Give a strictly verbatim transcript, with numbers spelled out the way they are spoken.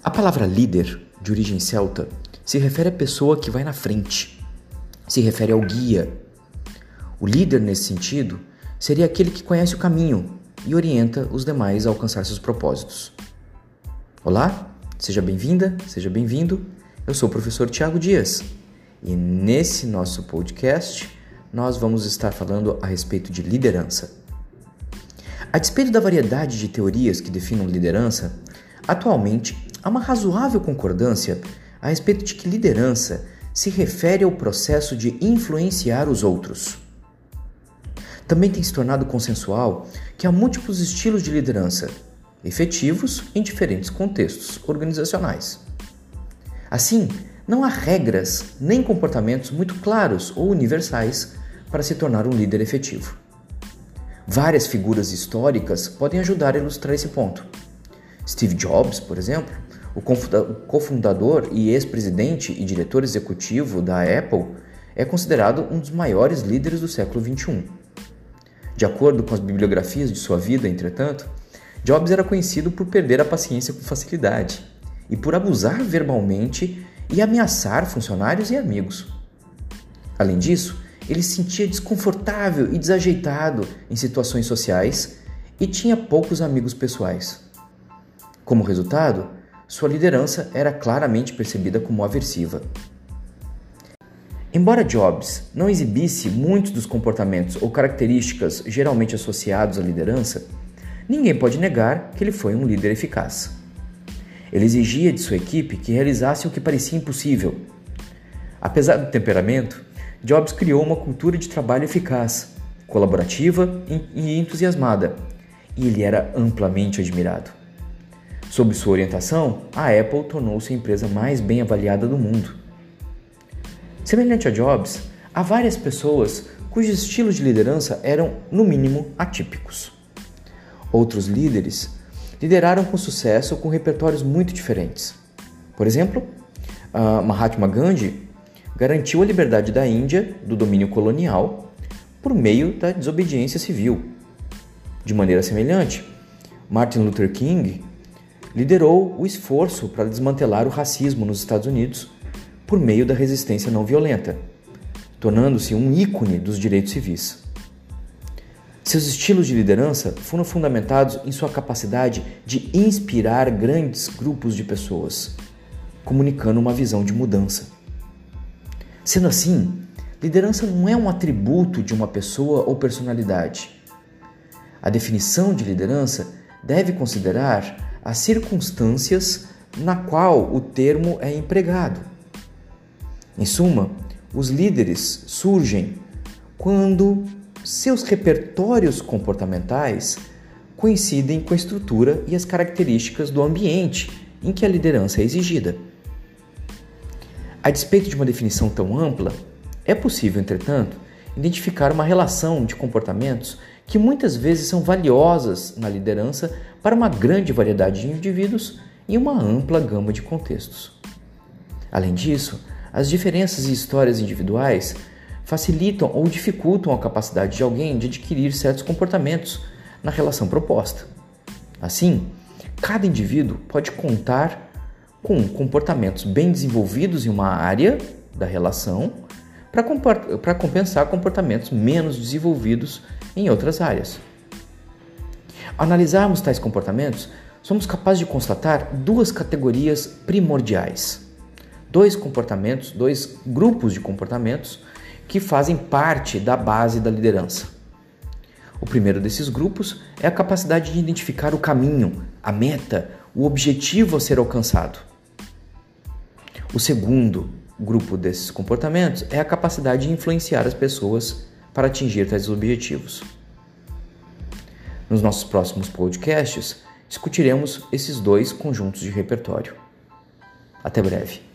A palavra líder, de origem celta, se refere à pessoa que vai na frente, se refere ao guia. O líder, nesse sentido, seria aquele que conhece o caminho e orienta os demais a alcançar seus propósitos. Olá, seja bem-vinda, seja bem-vindo. Eu sou o professor Tiago Dias e nesse nosso podcast nós vamos estar falando a respeito de liderança. A despeito da variedade de teorias que definem liderança, atualmente há uma razoável concordância a respeito de que liderança se refere ao processo de influenciar os outros. Também tem se tornado consensual que há múltiplos estilos de liderança, efetivos em diferentes contextos organizacionais. Assim, não há regras nem comportamentos muito claros ou universais para se tornar um líder efetivo. Várias figuras históricas podem ajudar a ilustrar esse ponto. Steve Jobs, por exemplo, o cofundador e ex-presidente e diretor executivo da Apple, é considerado um dos maiores líderes do século vinte e um. De acordo com as bibliografias de sua vida, entretanto, Jobs era conhecido por perder a paciência com facilidade e por abusar verbalmente e ameaçar funcionários e amigos. Além disso, ele se sentia desconfortável e desajeitado em situações sociais e tinha poucos amigos pessoais. Como resultado, sua liderança era claramente percebida como aversiva. Embora Jobs não exibisse muitos dos comportamentos ou características geralmente associados à liderança, ninguém pode negar que ele foi um líder eficaz. Ele exigia de sua equipe que realizasse o que parecia impossível. Apesar do temperamento, Jobs criou uma cultura de trabalho eficaz, colaborativa e entusiasmada, e ele era amplamente admirado. Sob sua orientação, a Apple tornou-se a empresa mais bem avaliada do mundo. Semelhante a Jobs, há várias pessoas cujos estilos de liderança eram, no mínimo, atípicos. Outros líderes lideraram com sucesso com repertórios muito diferentes. Por exemplo, Mahatma Gandhi garantiu a liberdade da Índia do domínio colonial por meio da desobediência civil. De maneira semelhante, Martin Luther King liderou o esforço para desmantelar o racismo nos Estados Unidos por meio da resistência não violenta, tornando-se um ícone dos direitos civis. Seus estilos de liderança foram fundamentados em sua capacidade de inspirar grandes grupos de pessoas, comunicando uma visão de mudança. Sendo assim, liderança não é um atributo de uma pessoa ou personalidade. A definição de liderança deve considerar as circunstâncias na qual o termo é empregado. Em suma, os líderes surgem quando seus repertórios comportamentais coincidem com a estrutura e as características do ambiente em que a liderança é exigida. A despeito de uma definição tão ampla, é possível, entretanto, identificar uma relação de comportamentos que muitas vezes são valiosas na liderança para uma grande variedade de indivíduos e uma ampla gama de contextos. Além disso, as diferenças e histórias individuais facilitam ou dificultam a capacidade de alguém de adquirir certos comportamentos na relação proposta. Assim, cada indivíduo pode contar com comportamentos bem desenvolvidos em uma área da relação para compensar comportamentos menos desenvolvidos em outras áreas. Ao analisarmos tais comportamentos, somos capazes de constatar duas categorias primordiais. Dois comportamentos, dois grupos de comportamentos que fazem parte da base da liderança. O primeiro desses grupos é a capacidade de identificar o caminho, a meta, o objetivo a ser alcançado. O segundo grupo desses comportamentos é a capacidade de influenciar as pessoas para atingir tais objetivos. Nos nossos próximos podcasts, discutiremos esses dois conjuntos de repertório. Até breve.